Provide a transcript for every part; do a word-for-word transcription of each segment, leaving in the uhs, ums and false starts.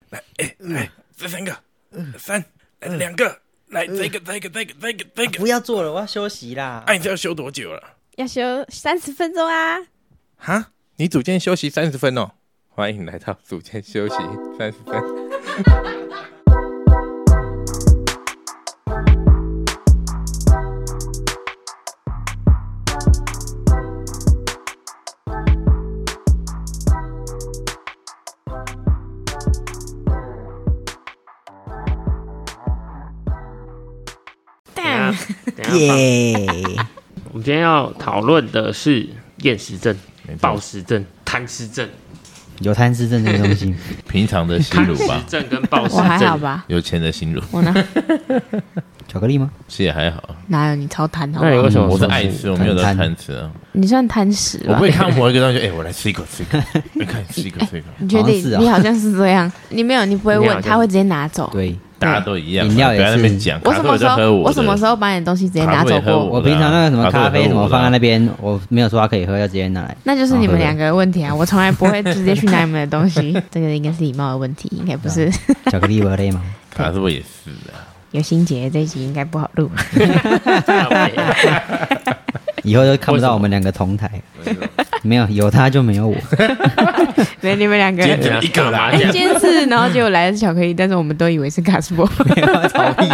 来，哎、欸，来，这三个，三，来两个，来这个，这个，这个，这个，这个， 不要做了，我要休息啦。 哎、啊，你这要休多久了？ 要休三十分钟啊！ 哈，你组间休息三十分哦。欢迎来到组间休息三十分。 耶！ 我们今天要讨论的是厌食症、暴食症、贪吃症。 有贪吃症这个东西， 平常的心乳吧， 贪吃症跟暴食症， 我还好吧？ 有钱的心乳， 我呢？ 巧克力吗？ 是也还好。 哪有你超贪好不好？ 那你为什么我是爱吃，我没有在贪吃啊。 你算贪食吧？ 我不会看某一个东西，哎、欸，我来吃一口，吃一口，你看吃一口，吃一口。 你确定？ 好、哦、 你好像是这样，你没有，你不会问，他会直接拿走。 对。 大家都一样， 饮料也是。 不要在那边讲， 我什么时候喝我我什么时候把你的东西直接拿走过？ 我平常那个什么咖啡什么放在那边，我没有说他可以喝，要直接拿来。 那就是你们两个的问题啊！我从来不会直接去拿你们的东西，这个应该是礼貌的问题，应该不是。 巧克力不累吗？ 卡斯伯也是啊。 有心结这一集应该不好录。 以后就看不到我们两个同台。没有，有他就没有我。 对，你们两个今天一个啦， 一件事，然后结果来的是巧克力，但是我们都以为是卡斯伯。 逃避。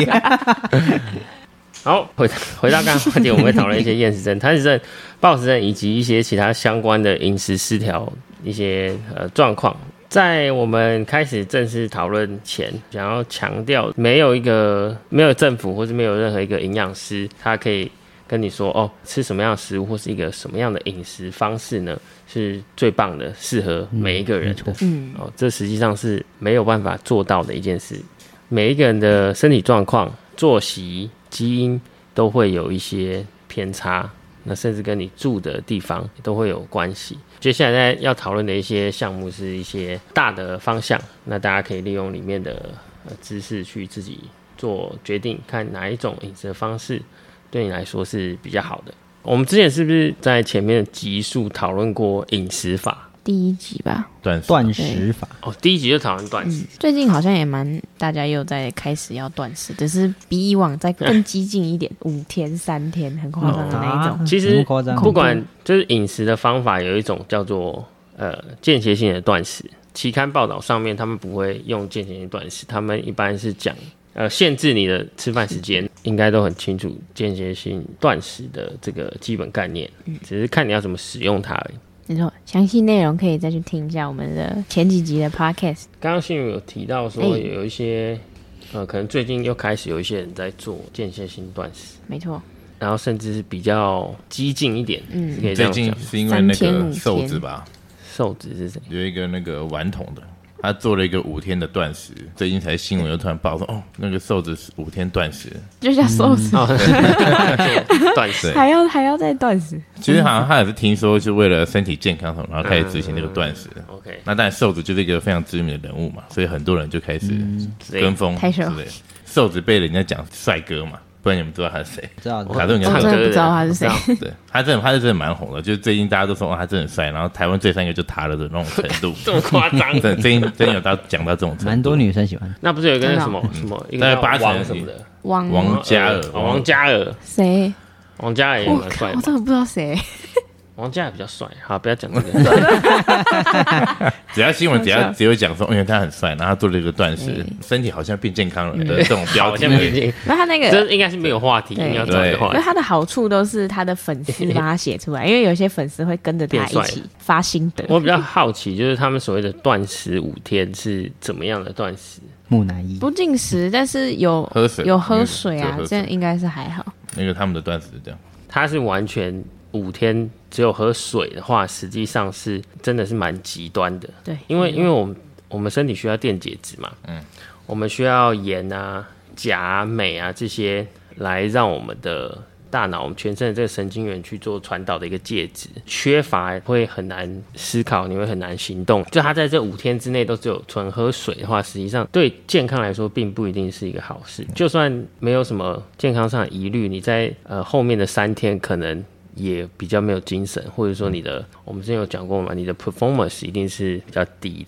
好，回回到刚刚话题，我们会讨论一些厌食症、贪食症、暴食症以及一些其他相关的饮食失调一些呃状况。在我们开始正式讨论前，想要强调，没有一个没有政府或是没有任何一个营养师，他可以跟你说哦，吃什么样的食物或是一个什么样的饮食方式呢，是最棒的，适合每一个人的。嗯，哦，这实际上是没有办法做到的一件事。每一个人的身体状况、作息、基因都会有一些偏差，那甚至跟你住的地方都会有关系。接下来要讨论的一些项目是一些大的方向，那大家可以利用里面的知识去自己做决定，看哪一种饮食的方式对你来说是比较好的。我们之前是不是在前面的集数讨论过饮食法？ 第一集吧， 断断食法。 哦，第一集就讨论断食、嗯。 最近好像也蛮大家又在开始要断食，只是比以往再更激进一点，五天、三天，很夸张的那一种。 啊、其实不管就是饮食的方法，有一种叫做呃间歇性的断食。期刊报道上面他们不会用间歇性断食，他们一般是讲呃限制你的吃饭时间，应该都很清楚间歇性断食的这个基本概念，嗯、只是看你要怎么使用它而已。 没错，详细内容可以再去听一下我们的前几集的 podcast。 刚刚信宇有提到说有一些、欸、呃，可能最近又开始有一些人在做间歇性断食， 没错， 然后甚至是比较激进一点， 嗯， 可以这样讲。 最近是因为那个瘦子吧？ 瘦子是谁？ 有一个那个顽童的。他做了一个五天的断食，最近才新闻又突然报说，哦，那个瘦子五天断食， 就叫瘦子， 断食还要还要再断食。 其实好像他也是听说是为了身体健康什么，然后开始执行这个断食。 嗯、OK， 那当然瘦子就是一个非常知名的人物嘛，所以很多人就开始跟风之类的。瘦子被人家讲帅哥嘛。不然你们知道他是谁？ 知道， 卡顿我真的不知道他是谁。 对，他真的，他是真的蛮红的，就是最近大家都说、哦、他真的很帅，然后台湾最三个就他了的那种程度， 这么夸张？ 真真真有到讲到这种程度， 蛮多女生喜欢。 那不是有一个什么、嗯、什么，一个八王什么的， 王王嘉尔， 王嘉尔， 谁？ 王嘉尔也蛮帅的。 我真的不知道谁。 王嘉尔比较帅，好，不要讲这个。 只要新闻只要只有讲说，因为他很帅，然后他做了一个断食，嗯、身体好像变健康了的这种标题。 那他那个这应该是没有话题，应该要找一个话题。 因为他的好处都是他的粉丝帮他写出来，因为有些粉丝会跟着他一起发心得。 我比较好奇，就是他们所谓的断食五天是怎么样的断食？ 木乃伊不进食，但是有喝水， 有喝水啊， 水这样应该是还好。 那个他们的断食是这样， 他是完全。五天只有喝水的话，实际上是真的是蛮极端的。 对， 因为因为我们我们身体需要电解质嘛，嗯，我们需要盐啊、钾啊、镁啊这些来让我们的大脑、我们全身的这个神经元去做传导的一个介质，缺乏会很难思考，你会很难行动。就他在这五天之内都只有纯喝水的话，实际上对健康来说并不一定是一个好事。就算没有什么健康上的疑虑，你在呃后面的三天可能。也比较没有精神，或者说你的，我们之前有讲过嘛，你的 performance 一定是比较低的。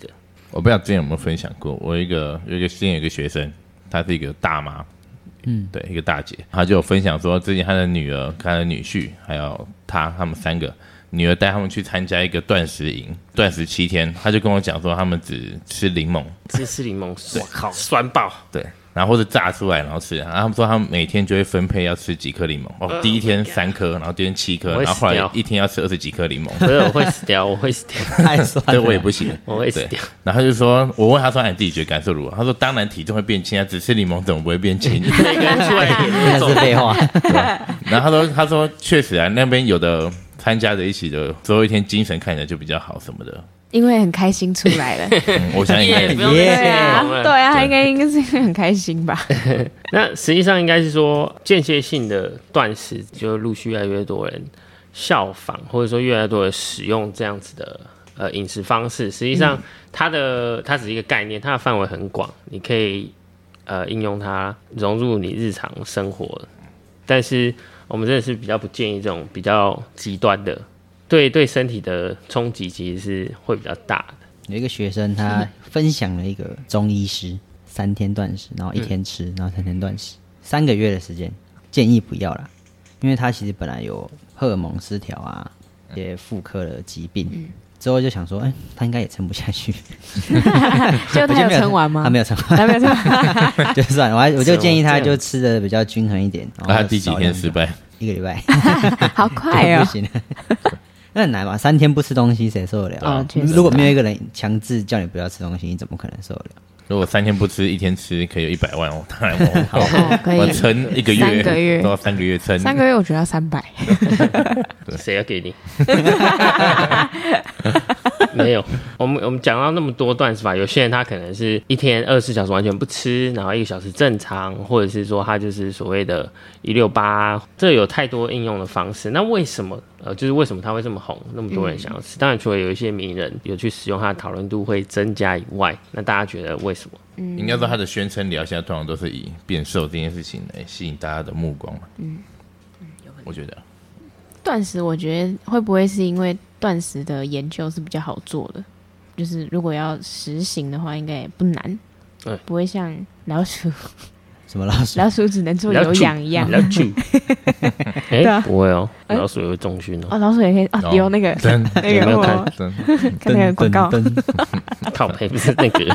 我不知道之前有没有分享过，我有一个有一个之前有一个学生，她是一个大妈，嗯，对，一个大姐，她就有分享说，之前她的女儿、她的女婿还有她，他们三个。女儿带他们去参加一个断食营，断食七天，他就跟我讲说，他们只吃柠檬， 只吃柠檬，我靠，酸爆。 对，然后或者炸出来然后吃，然后他们说他们每天就会分配要吃几颗柠檬，哦，呃、第一天三颗，然后第二天七颗，然后后来一天要吃二十几颗柠檬， 所以我会死掉，我会死掉， 太酸了， 对我也不行， 我会死掉。 然后他就说，我问他说，你自己觉得感受如何？他说，当然体重会变轻啊，只吃柠檬怎么不会变轻？ 每个人出来一点， 那是废话。 然后他说，他说确实啊，那边有的。参加的一起的最后一天精神看起来就比较好什么的， 因为很开心出来了。 嗯、我想应该不用对啊， 对啊，他应该应该是很开心吧。 那实际上应该是说间歇性的断食，就陆续越来越多人效仿，或者说越来越多人使用这样子的呃饮食方式。实际上它的它只是一个概念，它的范围很广，你可以呃应用它融入你日常生活，但是。我们真的是比较不建议这种比较极端的，对对身体的冲击其实是会比较大的。 有一个学生他分享了一个中医师三天断食，然后一天吃，嗯、然后三天断食，三个月的时间，建议不要啦，因为他其实本来有荷尔蒙失调啊，一些妇科的疾病。嗯之后就想说，哎、欸，他应该也撑不下去。 就他有撑完吗？ 他没有撑完， 他没有撑完， 就算了。我还我就建议他就吃的比较均衡一点。 然后他第几天失败？ 一个礼拜。 好快哦！ 不行，那很难吧？三天不吃东西谁受得了？ 哦， 如果没有一个人强制叫你不要吃东西，你怎么可能受得了？ 如果三天不吃，一天吃，可以有一百万哦。当然我好， 哦、可以。 我撑一个月， 三个月， 都要三个月撑。 三个月我觉得要三百。 谁要给你？没有，我们我们讲到那么多断食法，有些人他可能是一天二十四小时完全不吃，然后一个小时正常，或者是说他就是所谓的一六八，这有太多应用的方式。那为什么呃，就是为什么他会这么红，那么多人想要吃？嗯、当然除了有一些名人有去使用，他的讨论度会增加以外，那大家觉得为什么？ 嗯，应该说他的宣称疗效通常都是以变瘦这件事情来吸引大家的目光嘛。嗯，嗯我觉得断食，我觉得会不会是因为断食的研究是比较好做的？就是如果要实行的话，应该也不难，嗯、不会像老鼠。 什么老鼠？ 老鼠只能做有氧一样。 老鼠，哎、欸，不会哦，老鼠也会重训哦。 哦，老鼠也可以哦，有那个那个有没有看？ 看那个广告。 靠北不是那个。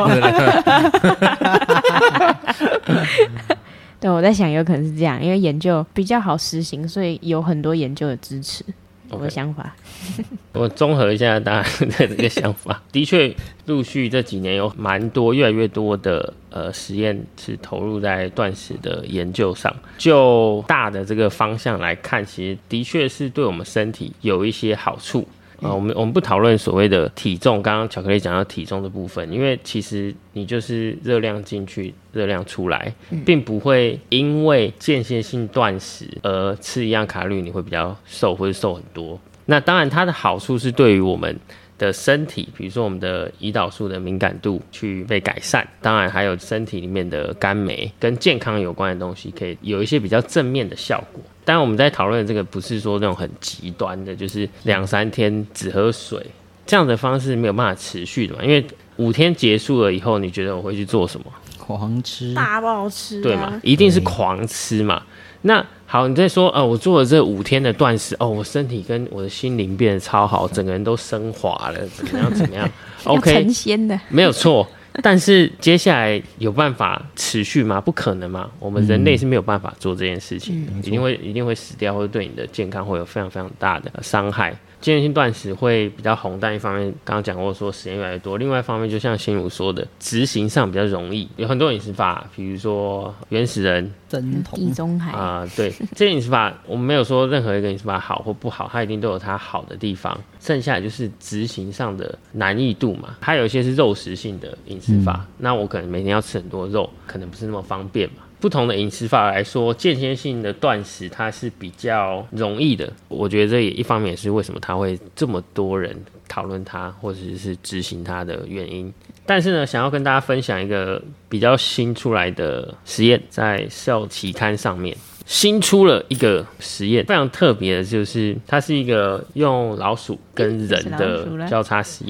对，我在想有可能是这样，因为研究比较好实行，所以有很多研究的支持。我的想法， 我综合一下大家的这个想法，的确，陆续这几年有蛮多、越来越多的呃实验是投入在断食的研究上。就大的这个方向来看，其实的确是对我们身体有一些好处。呃，我们我们不讨论所谓的体重，刚刚巧克力讲到体重的部分，因为其实你就是热量进去，热量出来，并不会因为间歇性断食而吃一样卡路里你会比较瘦或者瘦很多。那当然它的好处是对于我们的身体，比如说我们的胰岛素的敏感度去被改善，当然还有身体里面的肝酶跟健康有关的东西，可以有一些比较正面的效果。当然我们在讨论的这个不是说那种很极端的，就是两三天只喝水这样的方式没有办法持续的嘛，因为五天结束了以后，你觉得我会去做什么？ 狂吃， 大爆吃、啊， 对嘛？一定是狂吃嘛。那好，你再说，呃，我做了这五天的断食，哦，我身体跟我的心灵变得超好，整个人都升华了，怎么样？怎么样 ？OK， 成仙的， 没有错。但是接下来有办法持续吗？不可能嘛！我们人类是没有办法做这件事情，嗯、一定会一定会死掉，或者对你的健康会有非常非常大的伤害。间歇性断食会比较红，但一方面刚刚讲过说实验越来越多，另外一方面就像心如说的，执行上比较容易。有很多饮食法，比如说原始人、 生酮、 地中海啊、呃，对这些饮食法，我们没有说任何一个饮食法好或不好，它一定都有它好的地方。剩下的就是执行上的难易度嘛。还有一些是肉食性的饮食法，嗯、那我可能每天要吃很多肉，可能不是那么方便嘛。不同的饮食法来说，间歇性的断食它是比较容易的。我觉得这也一方面也是为什么它会这么多人讨论它或者是执行它的原因。但是呢，想要跟大家分享一个比较新出来的实验，在 Cell 期刊上面新出了一个实验，非常特别的就是它是一个用老鼠跟人的交叉实验。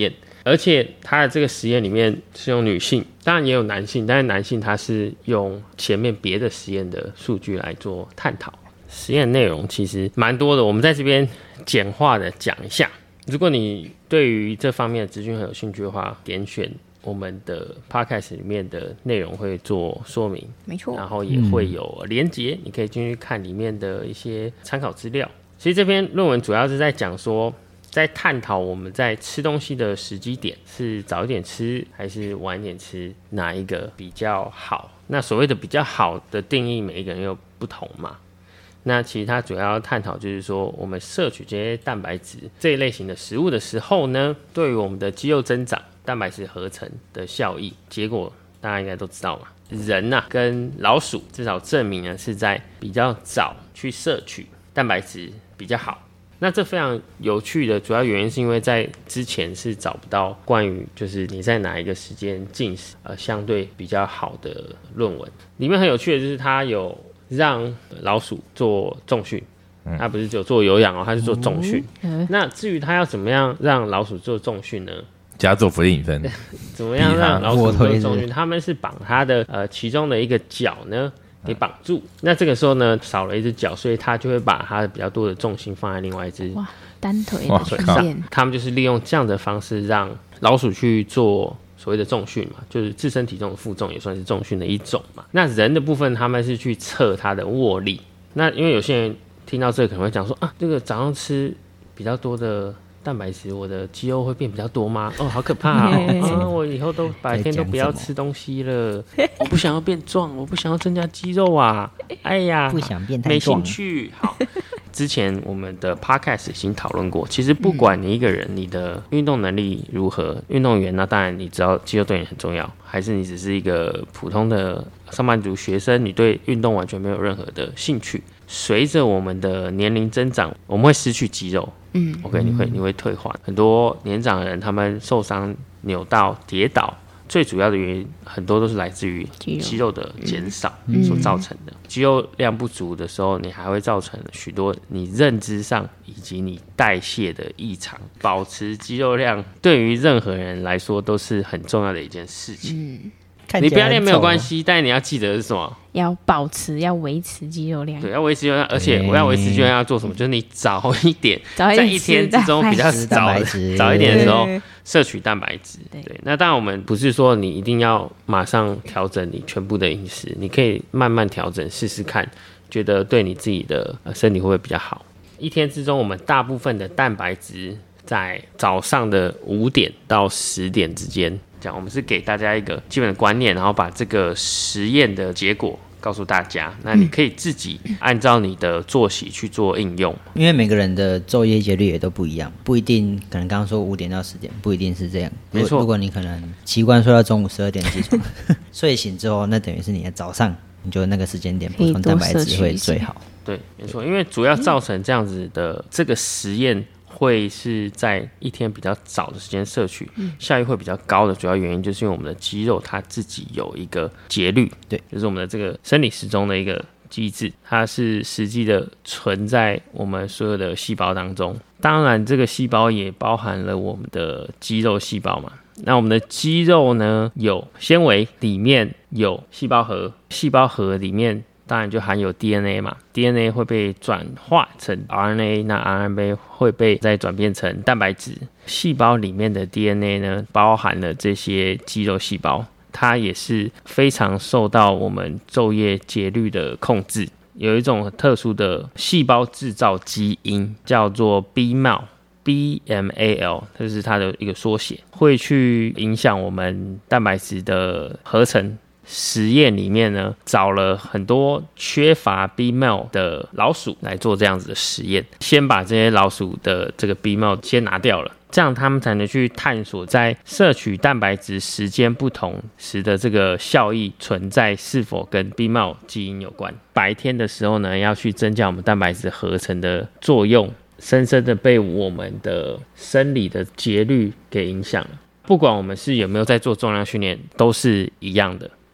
而且它的这个实验里面是用女性，当然也有男性，但是男性他是用前面别的实验的数据来做探讨。实验内容其实蛮多的，我们在这边简化的讲一下。如果你对于这方面的资讯很有兴趣的话，点选我们的 podcast 里面的内容会做说明， 没错， 然后也会有连结，你可以进去看里面的一些参考资料。其实这篇论文主要是在讲说，在探讨我们在吃东西的时机点，是早一点吃还是晚一点吃，哪一个比较好。那所谓的比较好的定义，每一个人又不同嘛。那其实它主要探讨就是说，我们摄取这些蛋白质这一类型的食物的时候呢，对于我们的肌肉增长、蛋白质合成的效益，结果大家应该都知道嘛。人啊跟老鼠至少证明呢是在比较早去摄取蛋白质比较好。那这非常有趣的主要原因是因为在之前是找不到关于就是你在哪一个时间进食呃相对比较好的论文。里面很有趣的就是它有让老鼠做重训，它不是只有做有氧哦，它是做重训。嗯、那至于它要怎么样让老鼠做重训呢？ 加做伏地引分， 怎么样让老鼠做重训？他们是绑它的呃其中的一个脚呢给绑住，那这个时候呢少了一只脚，所以它就会把它的比较多的重心放在另外一只哇单腿的腿上。他们就是利用这样的方式让老鼠去做所谓的重训嘛，就是自身体重的负重也算是重训的一种嘛。那人的部分他们是去测它的握力。那因为有些人听到这个可能会讲说啊，这个早上吃比较多的蛋白质，我的肌肉会变比较多吗？哦，好可怕哦！啊，我以后都白天都不要吃东西了。我不想要变壮，我不想要增加肌肉啊！哎呀， 不想变太壮， 没兴趣。好，之前我们的 podcast 已经讨论过，其实不管你一个人，你的运动能力如何，运动员那当然你知道肌肉对你很重要，还是你只是一个普通的上班族学生，你对运动完全没有任何的兴趣。随着我们的年龄增长，我们会失去肌肉。嗯 ，OK， 你会你会退化。很多年长的人，他们受伤、扭到、跌倒，最主要的原因很多都是来自于肌肉的减少所造成的。嗯、肌肉量不足的时候，你还会造成许多你认知上以及你代谢的异常。保持肌肉量对于任何人来说都是很重要的一件事情。嗯，你不要练没有关系，但是你要记得是什么？ 要保持，要维持肌肉量。 对，要维持肌肉量，而且我要维持肌肉量要做什么？就是你早一点，在一天之中比较早早一点的时候摄取蛋白质。对，对，那当然我们不是说你一定要马上调整你全部的饮食，你可以慢慢调整试试看，觉得对你自己的身体会不会比较好？一天之中，我们大部分的蛋白质在早上的五点到十点之间。讲我们是给大家一个基本的观念，然后把这个实验的结果告诉大家，那你可以自己按照你的作息去做应用。 因为每个人的昼夜节律也都不一样，不一定可能刚刚说五点到十点，不一定是这样。 没错， 如果你可能习惯睡到中午十二点起床，睡醒之后，那等于是你的早上，你就那个时间点补充蛋白质会最好。 对，没错，因为主要造成这样子的这个实验。会是在一天比较早的时间摄取，嗯、效益会比较高的主要原因，就是因为我们的肌肉它自己有一个节律，对，就是我们的这个生理时钟的一个机制，它是实际的存在我们所有的细胞当中。当然，这个细胞也包含了我们的肌肉细胞嘛。那我们的肌肉呢，有纤维，里面有细胞核，细胞核里面。当然就含有 D N A 嘛 ，D N A 会被转化成 R N A， 那 R N A 会被再转变成蛋白质。细胞里面的 D N A 呢，包含了这些肌肉细胞，它也是非常受到我们昼夜节律的控制。有一种特殊的细胞制造基因叫做 B M A L。B M A L 这是它的一个缩写，会去影响我们蛋白质的合成。实验里面呢，找了很多缺乏 B M A L 的老鼠来做这样子的实验，先把这些老鼠的这个 B M A L 先拿掉了，这样他们才能去探索在摄取蛋白质时间不同时的这个效益存在是否跟 B M A L 基因有关。白天的时候呢，要去增加我们蛋白质合成的作用，深深的被我们的生理的节律给影响了。不管我们是有没有在做重量训练，都是一样的。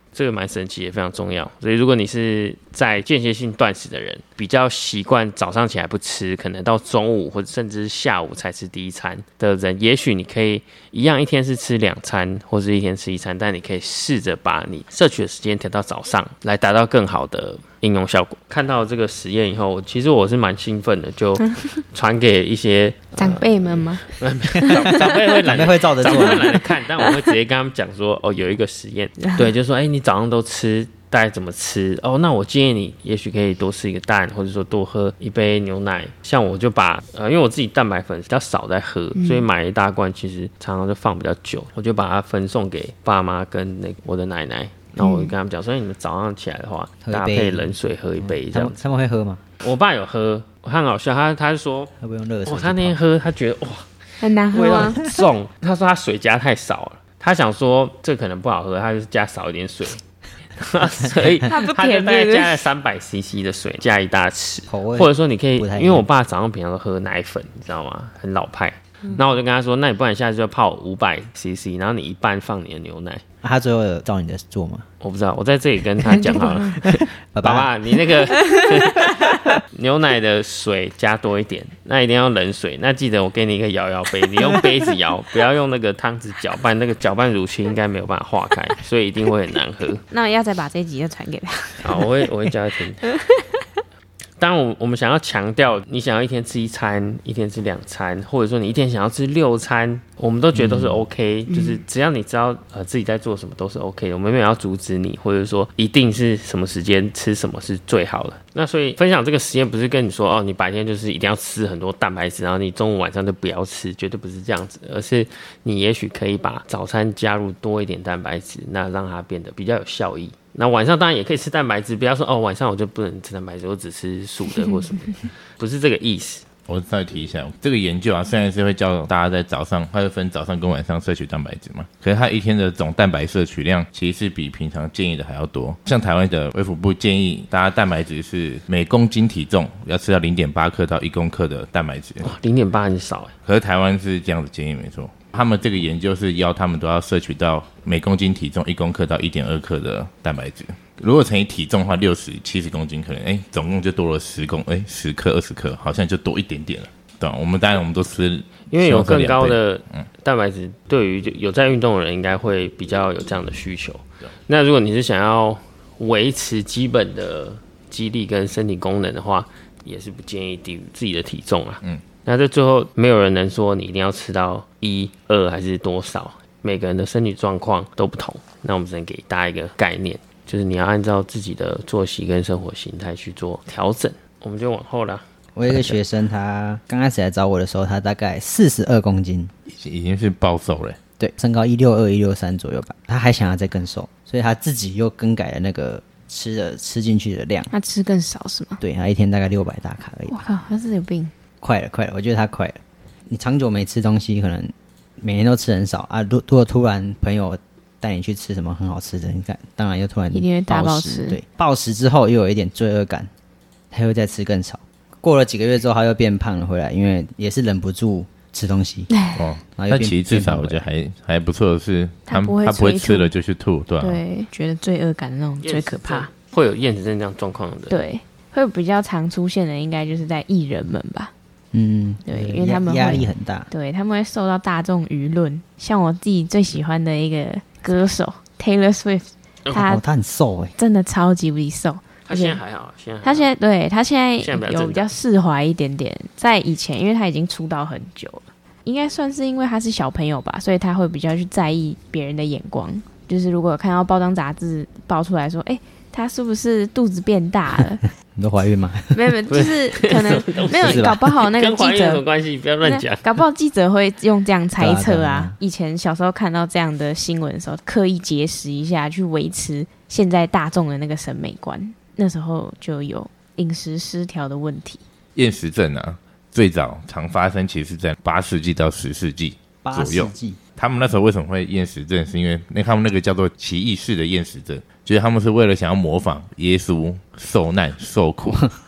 这个蛮神奇也非常重要。所以如果你是在间歇性断食的人，比较习惯早上起来不吃，可能到中午或者甚至是下午才吃第一餐的人，也许你可以一样一天是吃两餐或是一天吃一餐，但你可以试着把你摄取的时间调到早上，来达到更好的应用效果。看到这个实验以后，其实我是蛮兴奋的，就传给一些长辈们吗？ 呃、长长辈会懒得会照着做， 长辈会懒得看，但我会直接跟他们讲说，哦，有一个实验，对，就说，哎、欸，你早上都吃。大概怎么吃哦？那我建议你，也许可以多吃一个蛋，或者说多喝一杯牛奶。像我就把呃，因为我自己蛋白粉比较少在喝，嗯、所以买一大罐，其实常常就放比较久。我就把它分送给爸妈跟那个我的奶奶。然后我就跟他们讲说，你们早上起来的话，搭配冷水喝一杯这样子。 他们会喝吗？ 我爸有喝，我很好笑，他他就说， 他不用热水。 哦，他那天喝，他觉得哇， 很难喝吗？ 味道重。他说他水加太少了，他想说这可能不好喝，他就加少一点水。所以他就大概加了三百 C C 的水，加一大匙，或者说你可以，因为我爸早上平常都喝奶粉，你知道吗？很老派。嗯、然后我就跟他说，那你不然下次就泡五百 C C， 然后你一半放你的牛奶。 啊、他最后有照你的做吗？ 我不知道，我在这里跟他讲好了。爸爸，你那个牛奶的水加多一点，那一定要冷水。那记得我给你一个摇摇杯，你用杯子摇，不要用那个汤匙搅拌，那个搅拌乳清应该没有办法化开，所以一定会很难喝。 那我要再把这一集再传给他。 好，我会我会叫他听。当然，我们想要强调，你想要一天吃一餐，一天吃两餐，或者说你一天想要吃六餐，我们都觉得都是 OK，、嗯、就是只要你知道呃自己在做什么都是 OK 的，我们没有要阻止你，或者说一定是什么时间吃什么是最好的。那所以分享这个实验不是跟你说哦，你白天就是一定要吃很多蛋白质，然后你中午晚上就不要吃，绝对不是这样子，而是你也许可以把早餐加入多一点蛋白质，那让它变得比较有效益。那晚上当然也可以吃蛋白质，不要说哦晚上我就不能吃蛋白质，我只吃素的或什么，不是这个意思。 我再提一下，这个研究啊，虽然是会教大家在早上，它会分早上跟晚上摄取蛋白质嘛，可是它一天的总蛋白摄取量其实是比平常建议的还要多。像台湾的卫福部建议大家蛋白质是每公斤体重要吃到 零点八 克到一公克的蛋白质， 哇 零点八 很少耶。 可是台湾是这样子建议没错。他们这个研究是要他们都要摄取到每公斤体重一公克到 一点二 克的蛋白质。如果乘以体重的话，六十、七十公斤可能哎，总共就多了十公哎十克、二十克，好像就多一点点了。对，我们当然我们都吃， 因为有更高的蛋白质，对于有在运动的人应该会比较有这样的需求。那如果你是想要维持基本的肌力跟身体功能的话，也是不建议低于自己的体重啊。嗯。那这最后没有人能说你一定要吃到一、二还是多少，每个人的身体状况都不同。那我们只能给大家一个概念，就是你要按照自己的作息跟生活形态去做调整。我们就往后啦。 我有一个学生，他刚开始来找我的时候，他大概四十二公斤， 已经是暴瘦了。 对，身高一六二、一六三左右吧。他还想要再更瘦，所以他自己又更改了那个吃的吃进去的量。 他吃更少是吗？ 对，他一天大概六百大卡而已。 我靠，他是有病。 快了，快了，我觉得他快了。你长久没吃东西，可能每年都吃很少啊。如果突然朋友带你去吃什么很好吃的，你看，当然又突然一定会大暴食。 对，暴食之后又有一点罪恶感，他又再吃更少。过了几个月之后，他又变胖了回来，因为也是忍不住吃东西。 哦，那其实至少我觉得还还不错的是，他不他不会吃了就去吐，对吧、啊？ 对，觉得罪恶感的那种最可怕。 会有厌食症这样状况的， 对，会比较常出现的，应该就是在艺人们吧。 嗯， 对，因为他们压力很大， 对，他们会受到大众舆论。像我自己最喜欢的一个歌手 Taylor Swift， 他、 哦、他很瘦哎， 真的超级无敌瘦。 他现在还好，现在他现在对他现在有比较释怀一点点。在以前，因为他已经出道很久了，应该算是因为他是小朋友吧，所以他会比较去在意别人的眼光。就是如果有看到报章杂志爆出来说，哎、欸，他是不是肚子变大了？ 你都怀孕吗？ 没有没有，就是可能没有，搞不好那个记者跟怀孕有什么关系？不要乱讲。 搞不好记者会用这样猜测啊。啊以前小时候看到这样的新闻的时候，刻意节食一下，去维持现在大众的那个审美观。那时候就有饮食失调的问题。 厌食症啊，最早常发生其实是在八世纪到十世纪左右。八世纪，他们那时候为什么会厌食症？是因为那他们那个叫做奇异式的厌食症，就是他们是为了想要模仿耶稣受难受苦，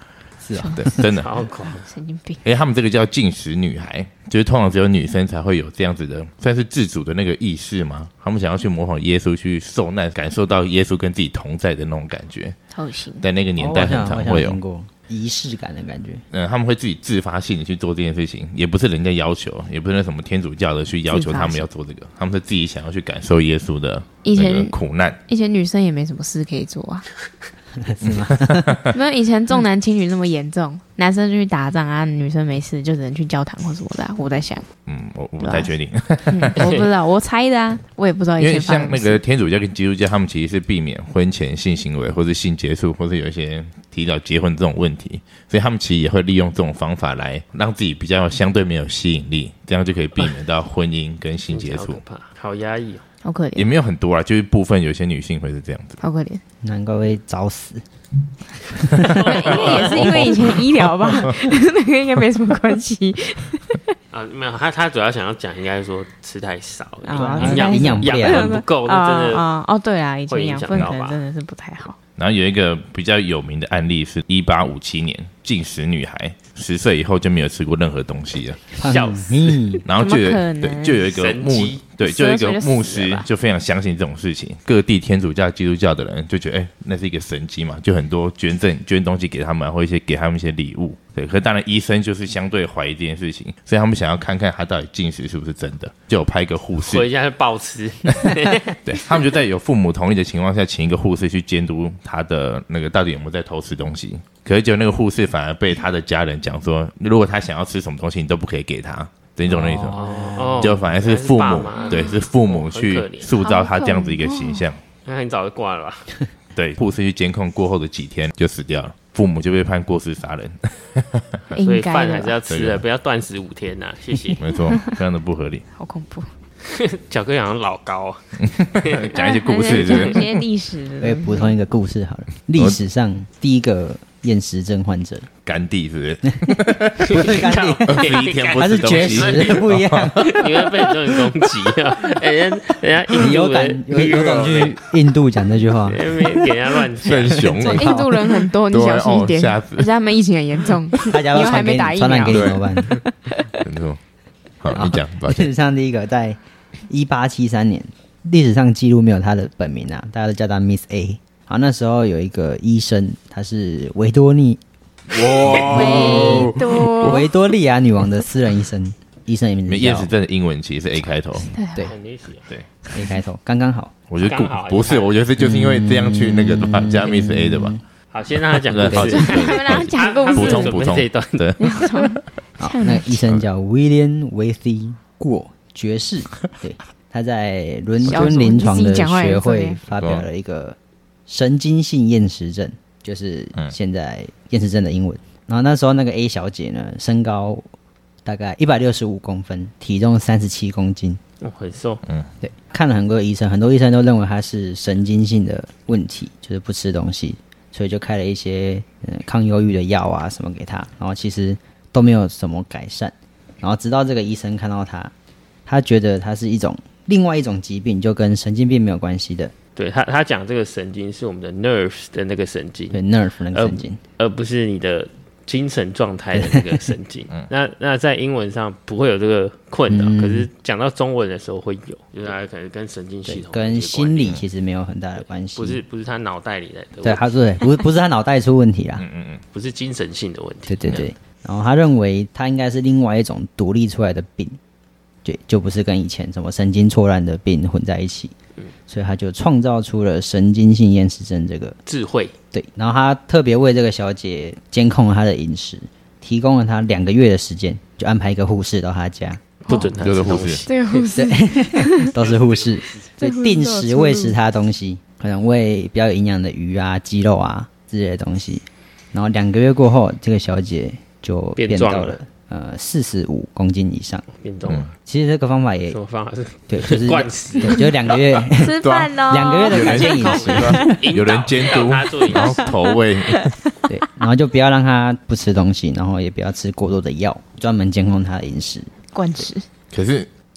是啊， 对，真的好狂， 神经病。 哎，他们这个叫禁食女孩，就是通常只有女生才会有这样子的，算是自主的那个意识吗？他们想要去模仿耶稣去受难，感受到耶稣跟自己同在的那种感觉。 好恶心。 在那个年代很常会有。 过仪式感的感觉， 嗯，他们会自己自发性的去做这件事情，也不是人家要求，也不是那什么天主教的去要求他们要做这个，他们是自己想要去感受耶稣的那个苦难。 以前女生也没什么事可以做啊， 是吗？ 没有以前重男轻女那么严重，男生就去打仗啊，女生没事就只能去教堂或什么的、啊。我在想， 嗯，我我不太确定、 嗯，我不知道，我猜的啊，我也不知道以前因为像那个天主教跟基督教，他们其实是避免婚前性行为或是性结束，或是有一些提早结婚这种问题，所以他们其实也会利用这种方法来让自己比较相对没有吸引力，这样就可以避免到婚姻跟性结束。 好可怕，好压抑哦。 好可怜， 也没有很多啦，就是部分有些女性会是这样子， 好可怜， 难怪会早死。 应该也是因为以前医疗吧，那个应该没什么关系。 啊，没有，他他主要想要讲，应该是说吃太少， 啊营养营养不良养分不够，那真的啊哦，对啊，以前养分可会影响到吧能真的是不太好。 然后有一个比较有名的案例是一八五七年，禁食女孩十岁以后就没有吃过任何东西了， 笑死。 然后就有怎么可能对就有一个牧神迹对就有一个牧十二岁就死了吧师就非常相信这种事情，各地天主教、基督教的人就觉得哎、那是一个神迹嘛，就很多捐赠捐东西给他们，或一些给他们一些礼物。对，可是当然医生就是相对怀疑这件事情，所以他们想要看看他到底禁食是不是真的，就有派一个护士回家就暴吃， 对他们就在有父母同意的情况下，请一个护士去监督他的那个到底有没有在偷吃东西。可是就那个护士反而被他的家人讲说，如果他想要吃什么东西，你都不可以给他。你懂那意思吗？ 哦就反而是父母， 是对，是父母去很可怜塑造他这样子一个形象。 那很早就挂了吧？ 对，护士去监控过后的几天就死掉了，父母就被判过失杀人。 所以应该的饭还是要吃的， 对的不要断食五天呐、谢谢。 没错，非常的不合理。 好恐怖， 巧克力好像老高、啊， 讲一些故事，是不是？ 讲一些历史我也补充一个故事好了，历史上第一个厌食症患者， 甘地是不是？ 不是甘地， 二十一天不他是吃东西， 绝食，不一样。 你会被很多人攻击啊！哎人家人家印你有度人敢有有种去印度讲这句话？ 没给人家乱讲圣雄啊， 印度人很多，你小心一点， 对哦吓死而且他们疫情很严重， 大家都你又还传给你没打疫苗传染给，你怎么办？ 没错。好，你讲，抱歉。 历史上第一个在一八七三年，历史上记录没有他的本名啊，大家都叫他 Miss A。好，那时候有一个医生，他是维多利维多维多利亚女王的私人医生，医生的名字叫厌食症的英文其实是 A 开头， 对很离奇啊。 对， A 开头，刚刚好。 我觉得故刚好不是，我觉得是就是因为这样去那个的吧，加 Miss A 的吧。 好，先让他讲故好事。 你们让他讲故补事， 充补充这一段， 对， 好，那个医生叫 William Wethy 过爵士，对，他在伦敦临床的学会发表了一个神经性厌食症，就是现在厌食症的英文。然后那时候那个 A 小姐呢，身高大概一百六十五公分，体重三十七公斤， 哦，很瘦， 对，看了很多医生，很多医生都认为她是神经性的问题，就是不吃东西，所以就开了一些、呃、抗忧郁的药啊什么给她，然后其实都没有什么改善。然后直到这个医生看到她，他觉得它是一种另外一种疾病，就跟神经病没有关系的。 对他，他讲这个神经是我们的 nerves 的那个神经， 对 nerve 那个神经， 而不是你的精神状态的那个神经。那那在英文上不会有这个困扰， 嗯可是讲到中文的时候会有，就是它可能跟神经系统跟心理其实没有很大的关系。 不是不是他脑袋里的问题， 对，他对，不是不是他脑袋出问题啦， 嗯嗯嗯， 不是精神性的问题。 对对对。然后他认为他应该是另外一种独立出来的病，对，就不是跟以前什么神经错乱的病混在一起，嗯、所以他就创造出了神经性厌食症这个智慧。 对，然后他特别为这个小姐监控了她的饮食，提供了她两个月的时间，就安排一个护士到她家， 不准他就是护士吃东西。 这个护士都是护士，所以这护士定都有出入时喂食她东西，可能喂比较有营养的鱼啊、鸡肉啊之类的东西。然后两个月过后，这个小姐就变壮了变到了呃四十五公斤以上。 变动了， 其实这个方法也什么方法是对，就是灌食对，就是两个月吃饭喽， 两个月的改变饮食， 有人监督引导他做饮然后食？ 投喂， 对，然后就不要让她不吃东西，然后也不要吃过多的药，专门监控她的饮食。 灌食， 可是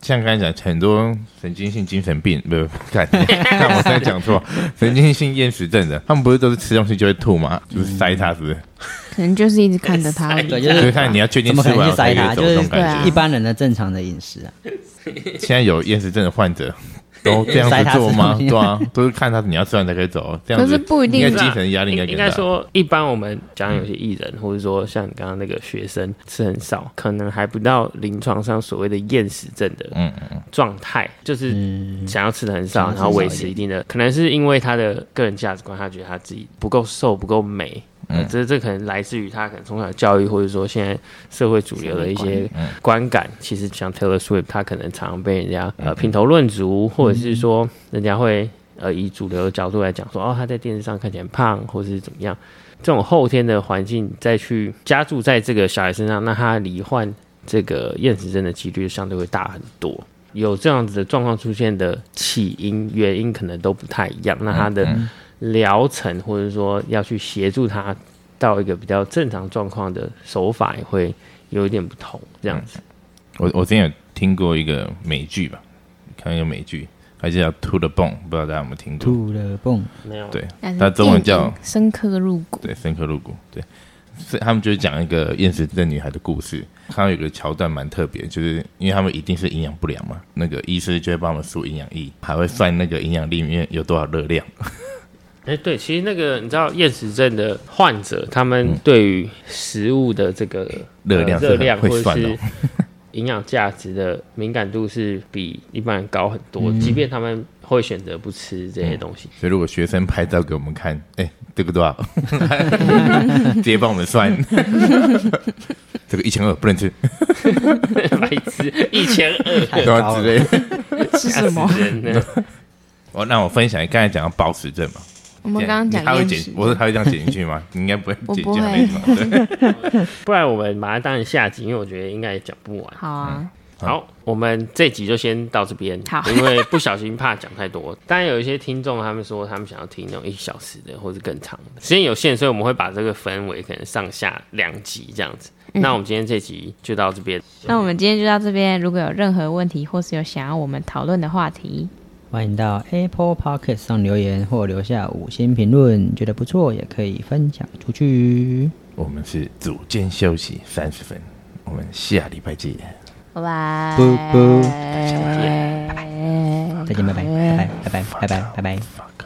像刚才讲很多神经性精神病，不是看看我在讲错，神经性厌食症的，他们不是都是吃东西就会吐吗？就是塞他，是不是？ 可能就是一直看着他， 对，就是看你要确定怎么可能去塞他，就是一般人的正常的饮食啊。 现在有厌食症的患者。都这样子做吗？对啊，都是看他你要吃完才可以走，这样子。 可是不一定， 应该精神压力应该应该说，一般我们讲有些艺人，或者说像你刚刚那个学生吃很少，可能还不到临床上所谓的厌食症的状态，就是想要吃的很少，然后维持一定的，可能是因为他的个人价值观，他觉得他自己不够瘦、不够美。呃、这这可能来自于他可能从小教育，或者说现在社会主流的一些观感。其实像 Taylor Swift， 他可能常常被人家呃评头论足，或者是说人家会呃以主流的角度来讲说，哦，他在电视上看起来很胖，或者是怎么样。这种后天的环境再去加注在这个小孩身上，那他罹患这个厌食症的几率相对会大很多。有这样子的状况出现的起因原因可能都不太一样，那他的疗程或者说要去协助他到一个比较正常状况的手法也会有一点不同，这样子。 我我之前有听过一个美剧吧，看一个美剧，还是叫《To the Bone》，不知道大家有没有听过 ？To the Bone 没有。 对，它中文叫深刻入骨。 对，深刻入骨。对，他们就是讲一个厌食症女孩的故事。看到有个桥段蛮特别，就是因为他们一定是营养不良嘛，那个医师就会帮他们输营养液，还会算那个营养里面有多少热量。 哎、欸，对，其实那个你知道厌食症的患者，他们对于食物的这个热量、 热量或者是营养价值的敏感度是比一般人高很多，嗯、即便他们会选择不吃这些东西。 嗯、所以如果学生拍照给我们看，哎、欸，这个多少？直接帮我们算。这个一千二不能吃， 白痴，一千二， 多少之类的？ 是什么？ 我那我分享，刚才讲到暴食症嘛。 我们刚刚讲他会剪，我说他会这样剪进去吗？你应该不会剪进去对，不然我们把它当成下集，因为我觉得应该也讲不完。 好啊， 嗯、好，我们这集就先到这边。 好， 因为不小心怕讲太多。当然有一些听众他们说他们想要听那种一小时的，或者更长的，时间有限，所以我们会把这个分为可能上下两集这样子。嗯、那我们今天这集就到这边。 那我们今天就到这边。如果有任何问题，或是有想要我们讨论的话题， 欢迎到 Apple Podcast 上留言或留下五星评论，觉得不错也可以分享出去。 我们是组间休息三十分，我们下礼拜见， 拜拜， 不不， 再见， 再见，拜拜，拜拜，拜拜，拜拜，拜拜。